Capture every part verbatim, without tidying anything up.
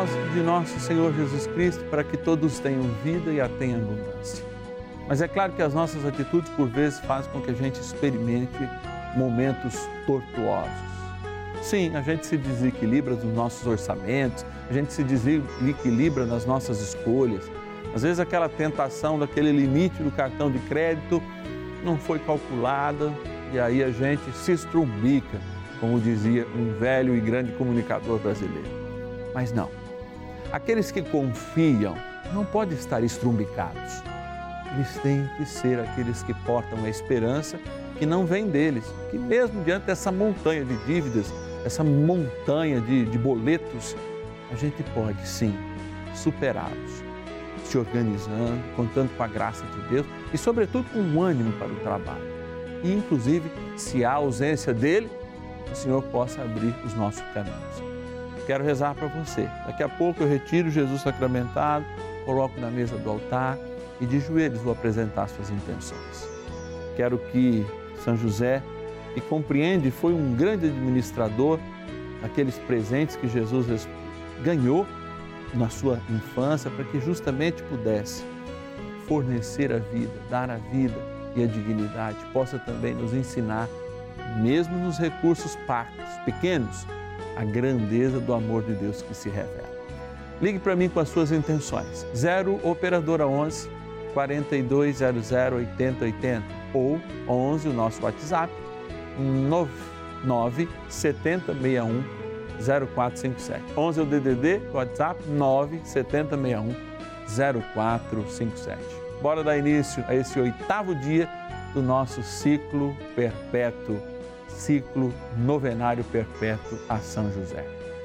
propósito de nosso Senhor Jesus Cristo para que todos tenham vida e a tenham abundância. Mas é claro que as nossas atitudes, por vezes, fazem com que a gente experimente momentos tortuosos. Sim, a gente se desequilibra nos nossos orçamentos, a gente se desequilibra nas nossas escolhas. Às vezes aquela tentação daquele limite do cartão de crédito não foi calculada e aí a gente se estrumbica, como dizia um velho e grande comunicador brasileiro. Mas não, aqueles que confiam não podem estar estrumbicados. Eles têm que ser aqueles que portam a esperança que não vem deles, que mesmo diante dessa montanha de dívidas, essa montanha de, de boletos, a gente pode sim superá-los, se organizando, contando com a graça de Deus e sobretudo com um ânimo para o trabalho. E inclusive, se há ausência dele, o Senhor possa abrir os nossos caminhos. Quero rezar para você. Daqui a pouco eu retiro Jesus sacramentado, coloco na mesa do altar e de joelhos vou apresentar suas intenções. Quero que São José, que compreende, foi um grande administrador daqueles presentes que Jesus ganhou na sua infância, para que justamente pudesse fornecer a vida, dar a vida e a dignidade, possa também nos ensinar, mesmo nos recursos parcos, pequenos, a grandeza do amor de Deus que se revela. Ligue para mim com as suas intenções. zero Operadora onze, quarenta e dois zero zero, oitenta oitenta ou onze, o nosso WhatsApp, nove sete zero seis um zero quatro cinco sete. onze é o D D D, WhatsApp nove sete zero seis um zero quatro cinco sete. Bora dar início a esse oitavo dia do nosso ciclo perpétuo, ciclo novenário perpétuo a São José.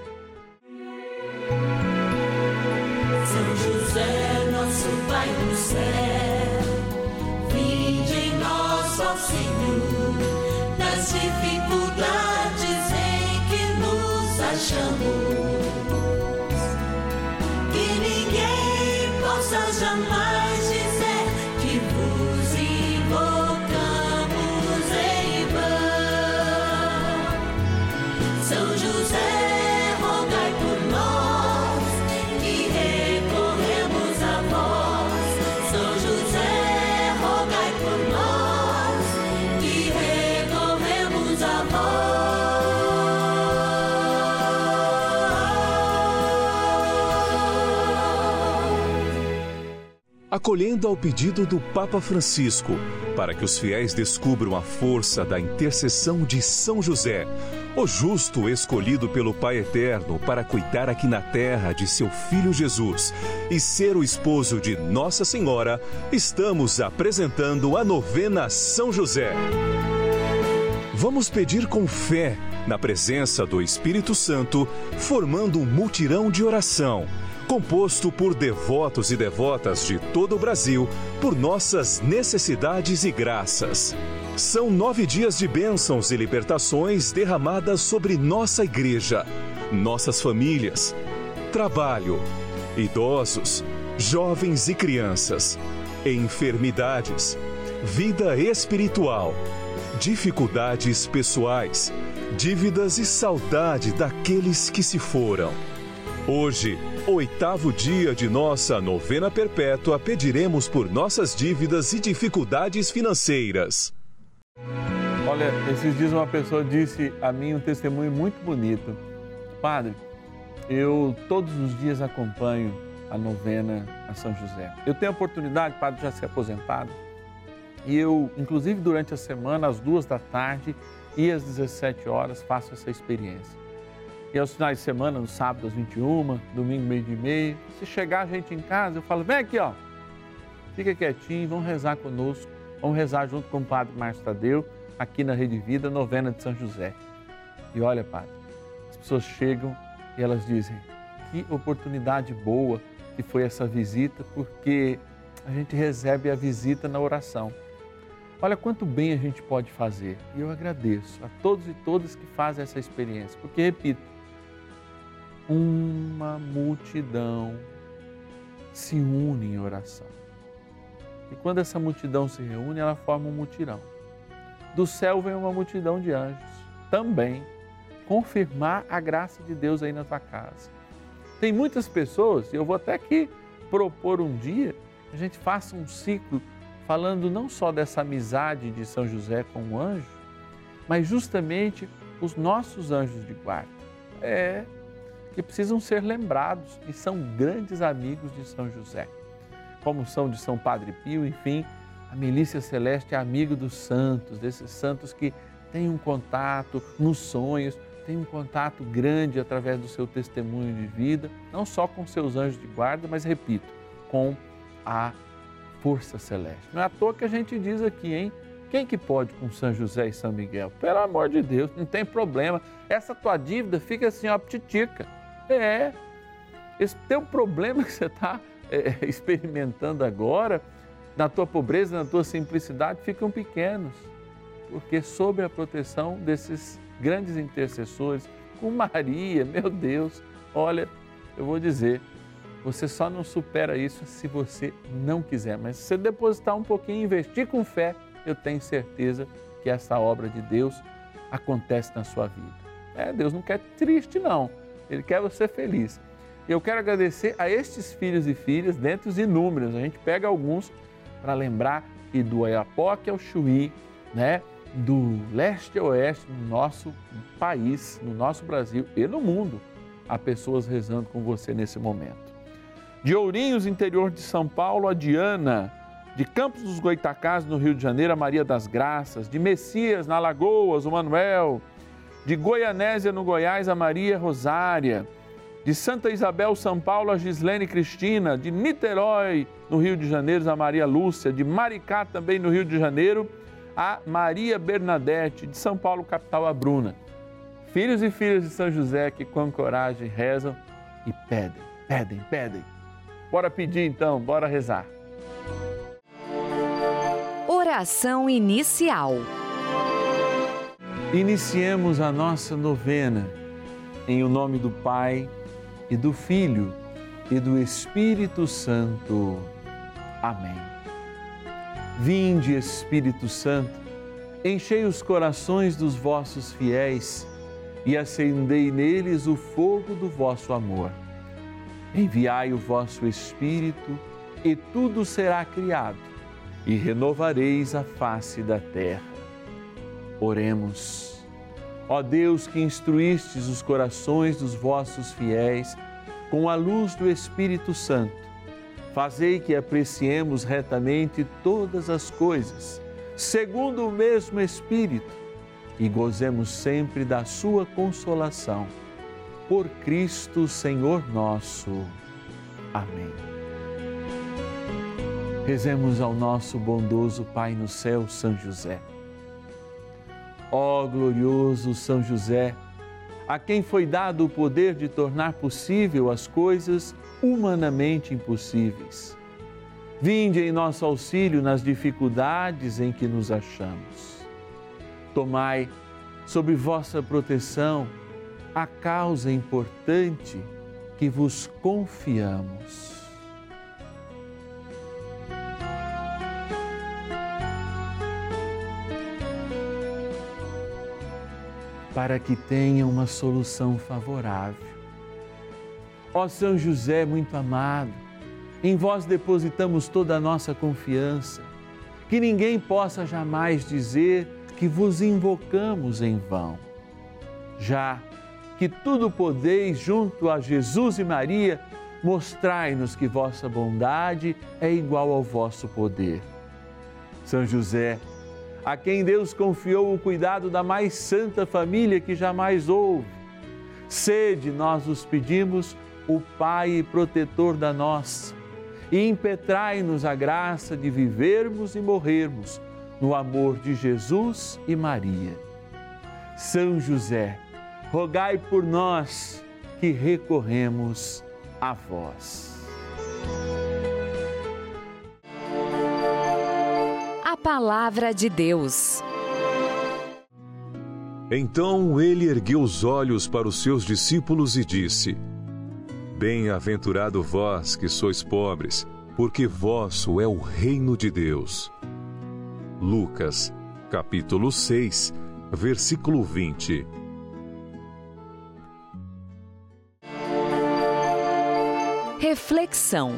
São José, nosso Pai do céu, vinde em nós, ó Senhor, nas dificuldades em que nos achamos, que ninguém possa jamais dizer que vos invocamos em vão. São José, rogai por nós, que recorremos a vós. São José, rogai por nós, que recorremos a vós. Acolhendo ao pedido do Papa Francisco, para que os fiéis descubram a força da intercessão de São José, o justo escolhido pelo Pai Eterno para cuidar aqui na terra de seu Filho Jesus e ser o esposo de Nossa Senhora, estamos apresentando a novena São José. Vamos pedir com fé, na presença do Espírito Santo, formando um mutirão de oração, composto por devotos e devotas de todo o Brasil, por nossas necessidades e graças. São nove dias de bênçãos e libertações derramadas sobre nossa igreja, nossas famílias, trabalho, idosos, jovens e crianças, enfermidades, vida espiritual, dificuldades pessoais, dívidas e saudade daqueles que se foram. Hoje, oitavo dia de nossa novena perpétua, pediremos por nossas dívidas e dificuldades financeiras. Olha, esses dias uma pessoa disse a mim um testemunho muito bonito. Padre, eu todos os dias acompanho a novena a São José. Eu tenho a oportunidade, padre, já ser aposentado, e eu, inclusive durante a semana, às duas da tarde e às dezessete horas, faço essa experiência. E aos finais de semana, no sábado às vinte e uma, domingo meio de meio, se chegar a gente em casa, eu falo, vem aqui, ó, fica quietinho, vamos rezar conosco, vamos rezar junto com o Padre Márcio Tadeu, aqui na Rede Vida, novena de São José. E olha, Padre, as pessoas chegam e elas dizem, que oportunidade boa que foi essa visita, porque a gente recebe a visita na oração. Olha quanto bem a gente pode fazer. E eu agradeço a todos e todas que fazem essa experiência, porque, repito, uma multidão se une em oração. E quando essa multidão se reúne, ela forma um mutirão. Do céu vem uma multidão de anjos, também confirmar a graça de Deus aí na tua casa. Tem muitas pessoas, e eu vou até aqui propor um dia, a gente faça um ciclo falando não só dessa amizade de São José com o anjo, mas justamente os nossos anjos de guarda. É, que precisam ser lembrados e são grandes amigos de São José. Como são de São Padre Pio, enfim, a milícia celeste é amigo dos santos, desses santos que têm um contato nos sonhos, têm um contato grande através do seu testemunho de vida, não só com seus anjos de guarda, mas, repito, com a força celeste. Não é à toa que a gente diz aqui, hein? Quem que pode com São José e São Miguel? Pelo amor de Deus, não tem problema. Essa tua dívida fica assim, ó, ptitica. É, esse teu problema que você está é, experimentando agora, na tua pobreza, na tua simplicidade, ficam pequenos. Porque sob a proteção desses grandes intercessores, com Maria, meu Deus, olha, eu vou dizer, você só não supera isso se você não quiser. Mas se você depositar um pouquinho, investir com fé, eu tenho certeza que essa obra de Deus acontece na sua vida. É, Deus não quer triste, não. Ele quer você feliz. Eu quero agradecer a estes filhos e filhas, dentre os inúmeros. A gente pega alguns para lembrar que do Oiapoque ao Chuí, né? Do leste a oeste, no nosso país, no nosso Brasil e no mundo, há pessoas rezando com você nesse momento. De Ourinhos, interior de São Paulo, a Diana. De Campos dos Goitacás, no Rio de Janeiro, a Maria das Graças. De Messias, na Alagoas, o Manuel. De Goianésia, no Goiás, a Maria Rosária. De Santa Isabel, São Paulo, a Gislene Cristina. De Niterói, no Rio de Janeiro, a Maria Lúcia. De Maricá, também no Rio de Janeiro, a Maria Bernadette. De São Paulo, capital, a Bruna. Filhos e filhas de São José que com coragem rezam e pedem, pedem, pedem. Bora pedir então, bora rezar. Oração inicial. Iniciemos a nossa novena em o nome do Pai e do Filho e do Espírito Santo. Amém. Vinde, Espírito Santo, enchei os corações dos vossos fiéis e acendei neles o fogo do vosso amor. Enviai o vosso Espírito e tudo será criado e renovareis a face da terra. Oremos. Ó Deus, que instruístes os corações dos vossos fiéis com a luz do Espírito Santo, fazei que apreciemos retamente todas as coisas, segundo o mesmo Espírito, e gozemos sempre da sua consolação. Por Cristo, Senhor nosso. Amém. Rezemos ao nosso bondoso Pai no céu, São José. Ó glorioso São José, a quem foi dado o poder de tornar possível as coisas humanamente impossíveis. Vinde em nosso auxílio nas dificuldades em que nos achamos. Tomai sob vossa proteção a causa importante que vos confiamos. Para que tenha uma solução favorável. Ó São José muito amado, em vós depositamos toda a nossa confiança, que ninguém possa jamais dizer que vos invocamos em vão. Já que tudo podeis junto a Jesus e Maria, mostrai-nos que vossa bondade é igual ao vosso poder. São José, a quem Deus confiou o cuidado da mais santa família que jamais houve, sede, nós os pedimos, o Pai e protetor da nossa, e impetrai-nos a graça de vivermos e morrermos no amor de Jesus e Maria. São José, rogai por nós que recorremos a vós. A palavra de Deus. Então ele ergueu os olhos para os seus discípulos e disse: Bem-aventurado vós que sois pobres, porque vosso é o reino de Deus. Lucas, capítulo seis, versículo vinte. Reflexão.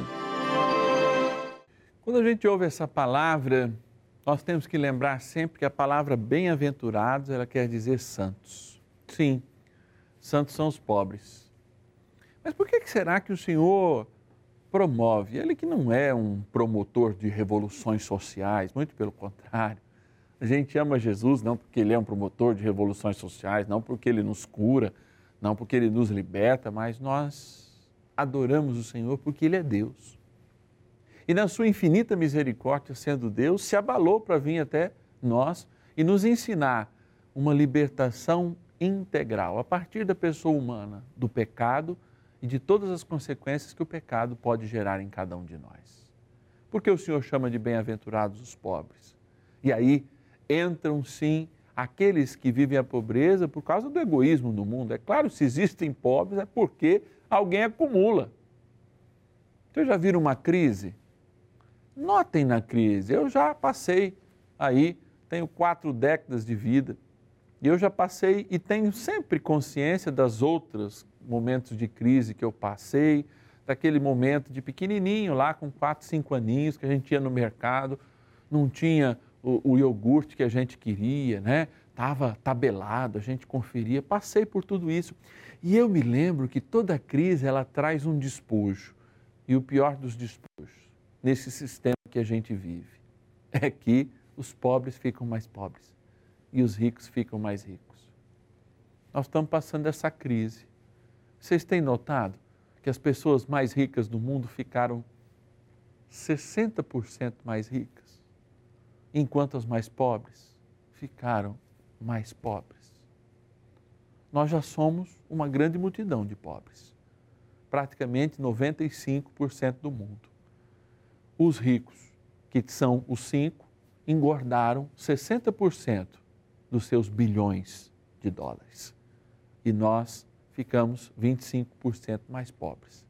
Quando a gente ouve essa palavra, nós temos que lembrar sempre que a palavra bem-aventurados, ela quer dizer santos. Sim, santos são os pobres. Mas por que será que o Senhor promove? Ele que não é um promotor de revoluções sociais, muito pelo contrário. A gente ama Jesus não porque Ele é um promotor de revoluções sociais, não porque Ele nos cura, não porque Ele nos liberta, mas nós adoramos o Senhor porque Ele é Deus. E na sua infinita misericórdia, sendo Deus, se abalou para vir até nós e nos ensinar uma libertação integral, a partir da pessoa humana, do pecado e de todas as consequências que o pecado pode gerar em cada um de nós. Porque o Senhor chama de bem-aventurados os pobres. E aí entram, sim, aqueles que vivem a pobreza por causa do egoísmo no mundo. É claro, se existem pobres é porque alguém acumula. Vocês já viram uma crise? Notem na crise, eu já passei aí, tenho quatro décadas de vida, e eu já passei e tenho sempre consciência das outras momentos de crise que eu passei, daquele momento de pequenininho lá com quatro, cinco aninhos que a gente ia no mercado, não tinha o, o iogurte que a gente queria, né? Estava tabelado, a gente conferia, passei por tudo isso. E eu me lembro que toda crise ela traz um despojo, e o pior dos despojos nesse sistema que a gente vive é que os pobres ficam mais pobres e os ricos ficam mais ricos. Nós estamos passando essa crise. Vocês têm notado que as pessoas mais ricas do mundo ficaram sessenta por cento mais ricas, enquanto as mais pobres ficaram mais pobres? Nós já somos uma grande multidão de pobres, praticamente noventa e cinco por cento do mundo. Os ricos, que são os cinco, engordaram sessenta por cento dos seus bilhões de dólares. E nós ficamos vinte e cinco por cento mais pobres.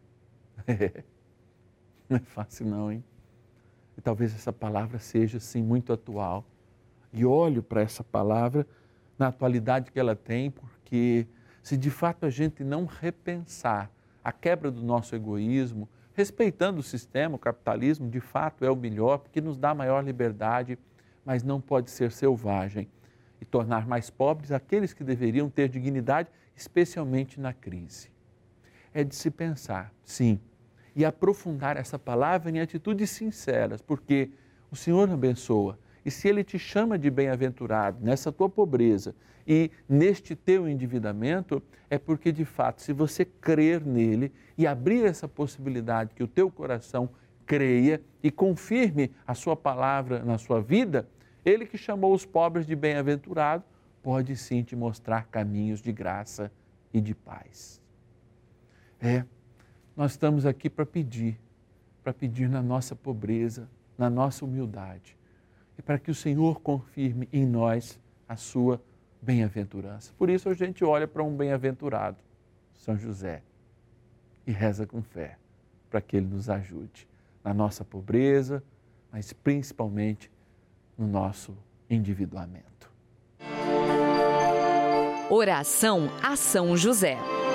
Não é fácil não, hein? E talvez essa palavra seja, sim, muito atual. E olho para essa palavra na atualidade que ela tem, porque se de fato a gente não repensar a quebra do nosso egoísmo, respeitando o sistema, o capitalismo, de fato é o melhor, porque nos dá maior liberdade, mas não pode ser selvagem e tornar mais pobres aqueles que deveriam ter dignidade, especialmente na crise. É de se pensar, sim, e aprofundar essa palavra em atitudes sinceras, porque o Senhor abençoa. E se Ele te chama de bem-aventurado nessa tua pobreza e neste teu endividamento, é porque, de fato, se você crer nele e abrir essa possibilidade que o teu coração creia e confirme a sua palavra na sua vida, Ele que chamou os pobres de bem-aventurado, pode sim te mostrar caminhos de graça e de paz. É, nós estamos aqui para pedir, para pedir na nossa pobreza, na nossa humildade, e para que o Senhor confirme em nós a sua bem-aventurança. Por isso a gente olha para um bem-aventurado, São José, e reza com fé, para que Ele nos ajude na nossa pobreza, mas principalmente no nosso endividamento. Oração a São José.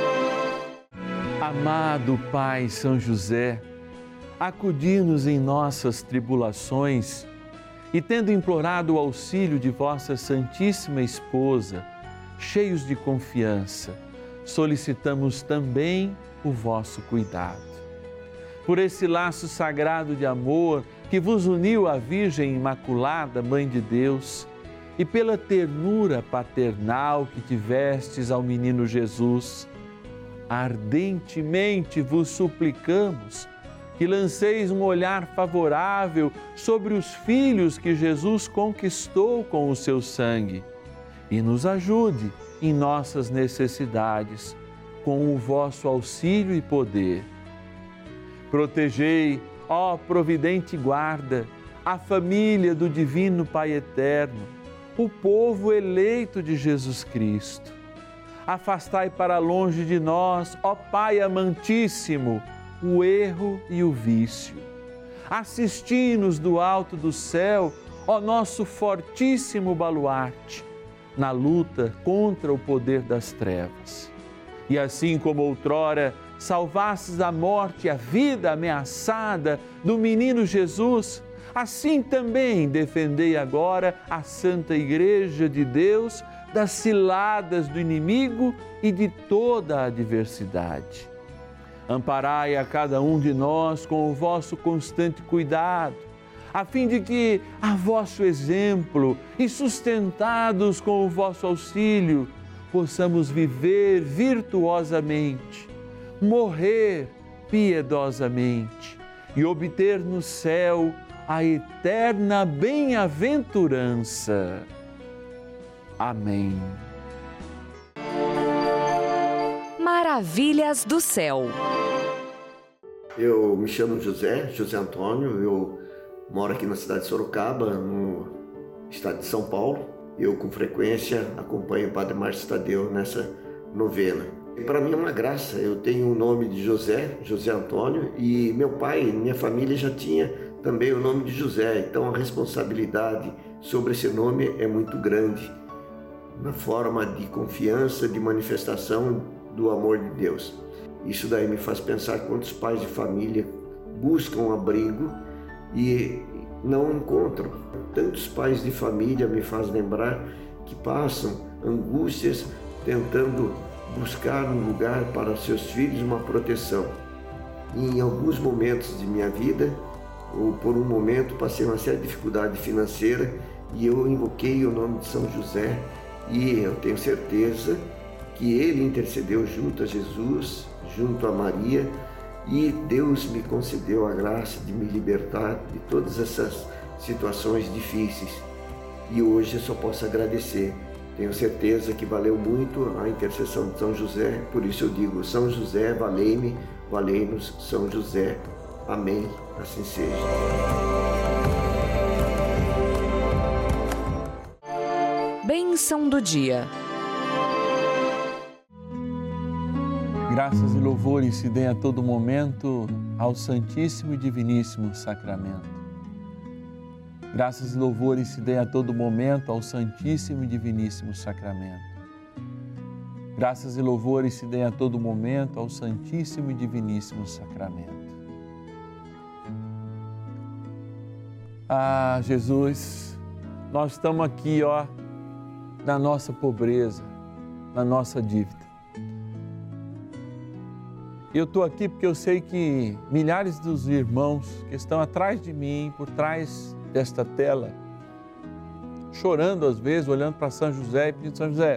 Amado Pai São José, acudir-nos em nossas tribulações e, tendo implorado o auxílio de vossa Santíssima Esposa, cheios de confiança, solicitamos também o vosso cuidado. Por esse laço sagrado de amor que vos uniu à Virgem Imaculada, Mãe de Deus, e pela ternura paternal que tivestes ao menino Jesus, ardentemente vos suplicamos que lanceis um olhar favorável sobre os filhos que Jesus conquistou com o seu sangue e nos ajude em nossas necessidades com o vosso auxílio e poder. Protegei, ó providente guarda, a família do Divino Pai Eterno, o povo eleito de Jesus Cristo. Afastai para longe de nós, ó Pai amantíssimo, o erro e o vício. Assisti-nos do alto do céu, ó nosso fortíssimo baluarte, na luta contra o poder das trevas. E assim como outrora salvastes a morte e a vida ameaçada do menino Jesus, assim também defendei agora a Santa Igreja de Deus das ciladas do inimigo e de toda a adversidade. Amparai a cada um de nós com o vosso constante cuidado, a fim de que, a vosso exemplo e sustentados com o vosso auxílio, possamos viver virtuosamente, morrer piedosamente e obter no céu a eterna bem-aventurança. Amém. Maravilhas do céu. Eu me chamo José, José Antônio, eu moro aqui na cidade de Sorocaba, no estado de São Paulo. Eu, com frequência, acompanho o Padre Márcio Tadeu nessa novena. Para mim é uma graça, eu tenho o nome de José, José Antônio, e meu pai, minha família já tinha também o nome de José, então a responsabilidade sobre esse nome é muito grande, na forma de confiança, de manifestação do amor de Deus. Isso daí me faz pensar quantos pais de família buscam abrigo e não encontram. Tantos pais de família me faz lembrar que passam angústias tentando buscar um lugar para seus filhos, uma proteção. E em alguns momentos de minha vida, ou por um momento, passei uma séria dificuldade financeira e eu invoquei o nome de São José e eu tenho certeza que ele intercedeu junto a Jesus, junto a Maria, e Deus me concedeu a graça de me libertar de todas essas situações difíceis. E hoje eu só posso agradecer. Tenho certeza que valeu muito a intercessão de São José, por isso eu digo, São José, valei-me, valei-nos, São José. Amém. Assim seja. Bênção do dia. Graças e louvores se deem a todo momento ao Santíssimo e Diviníssimo Sacramento. Graças e louvores se deem a todo momento ao Santíssimo e Diviníssimo Sacramento. Graças e louvores se deem a todo momento ao Santíssimo e Diviníssimo Sacramento. Ah, Jesus, nós estamos aqui, ó, na nossa pobreza, na nossa dívida. Eu estou aqui porque eu sei que milhares dos irmãos que estão atrás de mim, por trás desta tela, chorando às vezes, olhando para São José e pedindo: São José,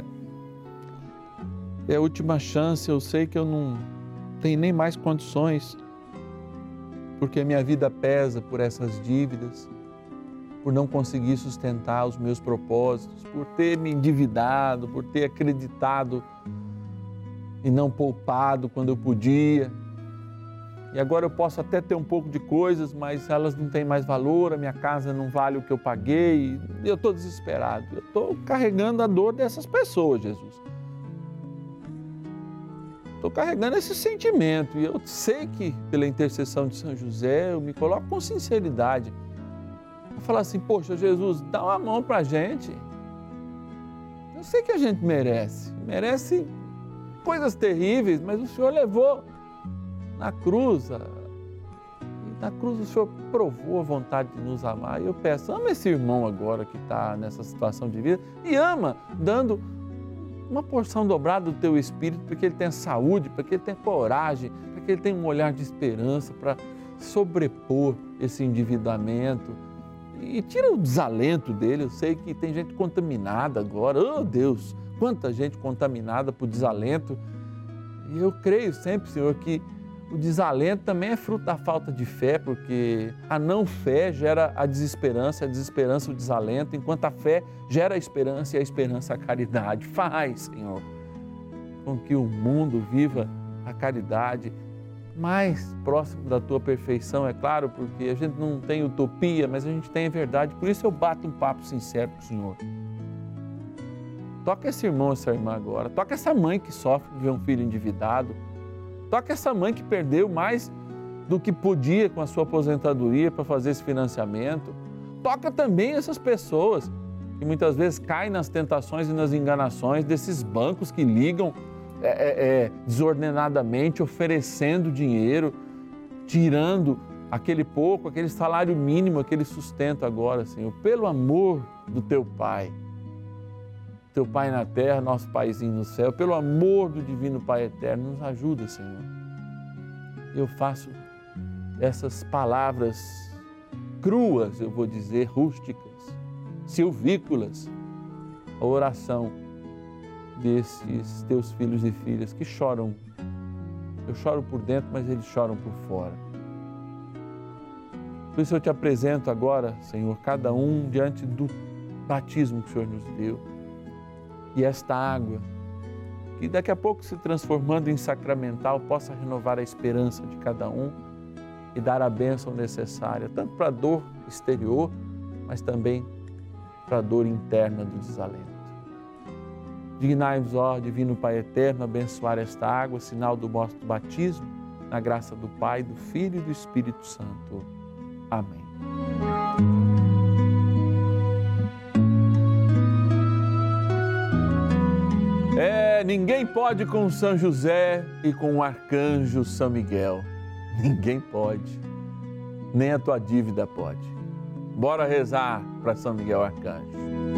é a última chance, eu sei que eu não tenho nem mais condições, porque a minha vida pesa por essas dívidas, por não conseguir sustentar os meus propósitos, por ter me endividado, por ter acreditado e não poupado quando eu podia. E agora eu posso até ter um pouco de coisas, mas elas não têm mais valor, a minha casa não vale o que eu paguei, e eu estou desesperado. Eu estou carregando a dor dessas pessoas, Jesus. Estou carregando esse sentimento e eu sei que pela intercessão de São José eu me coloco com sinceridade. Eu falo assim: poxa, Jesus, dá uma mão para a gente. Eu sei que a gente merece, merece coisas terríveis, mas o Senhor levou na cruz, e na cruz o Senhor provou a vontade de nos amar. E eu peço, ama esse irmão agora que está nessa situação de vida e ama, dando uma porção dobrada do teu Espírito, para que ele tenha saúde, para que ele tenha coragem, para que ele tenha um olhar de esperança, para sobrepor esse endividamento. E tira o desalento dele. Eu sei que tem gente contaminada agora, oh Deus, quanta gente contaminada por desalento. E eu creio sempre, Senhor, que o desalento também é fruto da falta de fé, porque a não fé gera a desesperança, a desesperança o desalento, enquanto a fé gera a esperança e a esperança a caridade. Faz, Senhor, com que o mundo viva a caridade mais próximo da Tua perfeição, é claro, porque a gente não tem utopia, mas a gente tem a verdade. Por isso eu bato um papo sincero com o Senhor. Toca esse irmão, essa irmã agora. Toca essa mãe que sofre de ver um filho endividado. Toca essa mãe que perdeu mais do que podia com a sua aposentadoria para fazer esse financiamento. Toca também essas pessoas que muitas vezes caem nas tentações e nas enganações desses bancos que ligam é, é, é, desordenadamente, oferecendo dinheiro, tirando aquele pouco, aquele salário mínimo, aquele sustento agora, Senhor, pelo amor do Teu Pai, Teu Pai na terra, nosso Paizinho no céu, pelo amor do Divino Pai Eterno, nos ajuda, Senhor. Eu faço essas palavras cruas, eu vou dizer, rústicas, silvícolas, a oração desses Teus filhos e filhas que choram. Eu choro por dentro, mas eles choram por fora. Por isso eu te apresento agora, Senhor, cada um diante do batismo que o Senhor nos deu. E esta água, que daqui a pouco se transformando em sacramental, possa renovar a esperança de cada um e dar a bênção necessária, tanto para a dor exterior, mas também para a dor interna do desalento. Dignai-vos, ó Divino Pai Eterno, abençoar esta água, sinal do nosso batismo, na graça do Pai, do Filho e do Espírito Santo. Amém. É, ninguém pode com São José e com o arcanjo São Miguel. Ninguém pode. Nem a tua dívida pode. Bora rezar para São Miguel Arcanjo.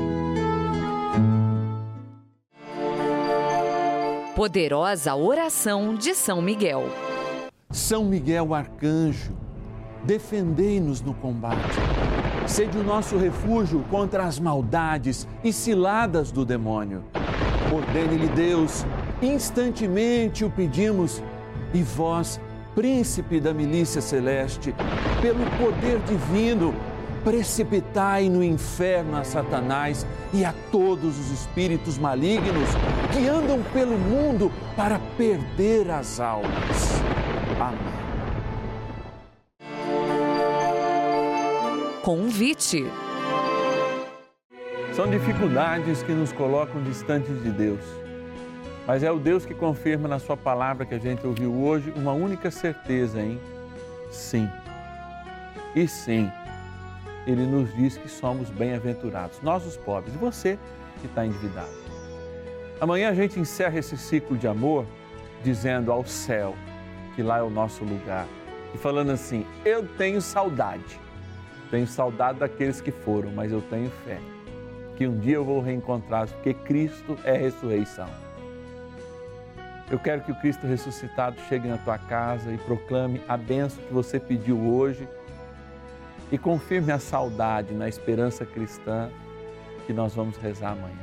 Poderosa oração de São Miguel. São Miguel Arcanjo, defendei-nos no combate. Sede o nosso refúgio contra as maldades e ciladas do demônio. Ordene-lhe Deus, instantemente o pedimos, e vós, príncipe da milícia celeste, pelo poder divino, precipitai no inferno a Satanás e a todos os espíritos malignos que andam pelo mundo para perder as almas. Amém. Convite. São dificuldades que nos colocam distantes de Deus. Mas é o Deus que confirma na sua palavra que a gente ouviu hoje uma única certeza, hein? Sim. E sim, Ele nos diz que somos bem-aventurados, nós os pobres, e você que está endividado. Amanhã a gente encerra esse ciclo de amor dizendo ao céu que lá é o nosso lugar. E falando assim, eu tenho saudade. Tenho saudade daqueles que foram, mas eu tenho fé que um dia eu vou reencontrá-los, porque Cristo é ressurreição. Eu quero que o Cristo ressuscitado chegue na tua casa e proclame a bênção que você pediu hoje e confirme a saudade na esperança cristã que nós vamos rezar amanhã.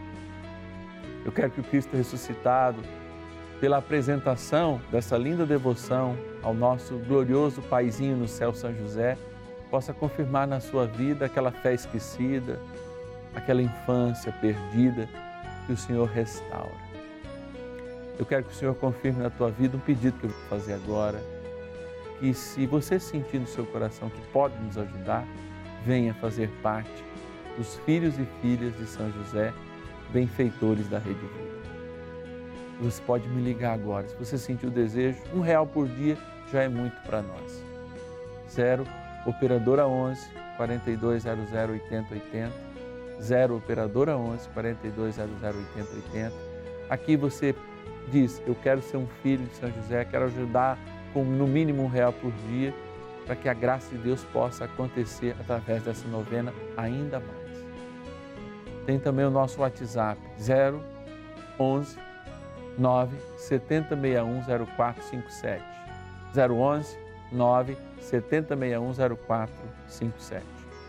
Eu quero que o Cristo ressuscitado, pela apresentação dessa linda devoção ao nosso glorioso Paizinho no céu, São José, possa confirmar na sua vida aquela fé esquecida, aquela infância perdida que o Senhor restaura. Eu quero que o Senhor confirme na tua vida um pedido que eu vou fazer agora, que se você sentir no seu coração que pode nos ajudar, venha fazer parte dos filhos e filhas de São José, benfeitores da Rede Vida. Você pode me ligar agora, se você sentir o desejo, um real por dia já é muito para nós. Zero, operadora onze, quarenta e dois zero zero, oitenta oitenta, zero, operadora onze, quarenta e dois zero zero, oitenta oitenta. Aqui você diz, eu quero ser um filho de São José, quero ajudar com no mínimo um real por dia, para que a graça de Deus possa acontecer através dessa novena ainda mais. Tem também o nosso WhatsApp, zero, onze, nove, setenta, sessenta e um, zero quatro cinco sete. zero, onze, nove, setenta, sessenta e um, zero quatro cinco sete.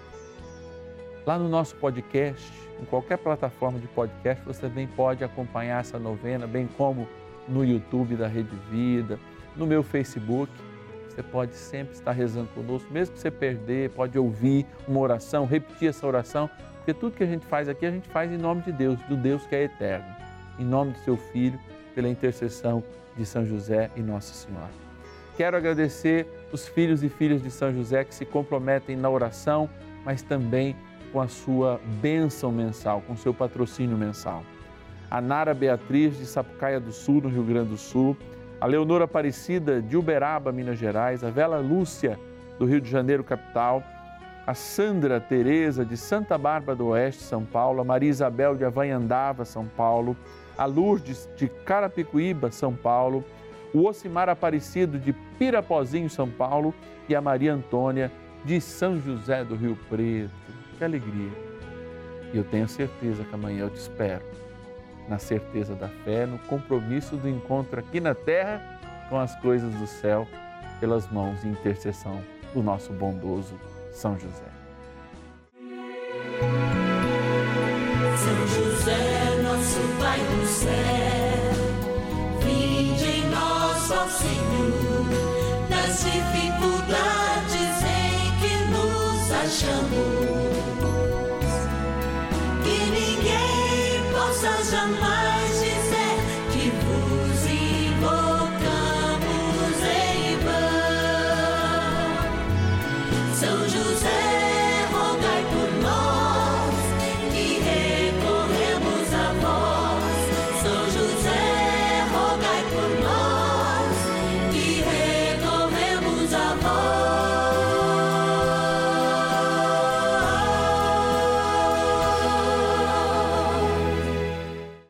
Lá no nosso podcast, em qualquer plataforma de podcast, você também pode acompanhar essa novena, bem como no YouTube da Rede Vida, no meu Facebook. Você pode sempre estar rezando conosco, mesmo que você perder, pode ouvir uma oração, repetir essa oração, porque tudo que a gente faz aqui, a gente faz em nome de Deus, do Deus que é eterno, em nome do seu Filho, pela intercessão de São José e Nossa Senhora. Quero agradecer os filhos e filhas de São José que se comprometem na oração, mas também com a sua bênção mensal, com o seu patrocínio mensal. A Nara Beatriz, de Sapucaia do Sul, no Rio Grande do Sul, a Leonora Aparecida, de Uberaba, Minas Gerais, a Vela Lúcia, do Rio de Janeiro, capital, a Sandra Tereza, de Santa Bárbara do Oeste, São Paulo, a Maria Isabel, de Avanhandava, São Paulo, a Lourdes de Carapicuíba, São Paulo, o Ocimar Aparecido de Pirapozinho, São Paulo e a Maria Antônia de São José do Rio Preto. Que alegria! E eu tenho certeza que amanhã eu te espero, na certeza da fé, no compromisso do encontro aqui na terra com as coisas do céu, pelas mãos e intercessão do nosso bondoso São José. São José, nosso Pai do céu, vinde em nós, ó Senhor, nas dificuldades em que nos achamos, que ninguém possa jamais dizer que vos invocamos em vão. São José,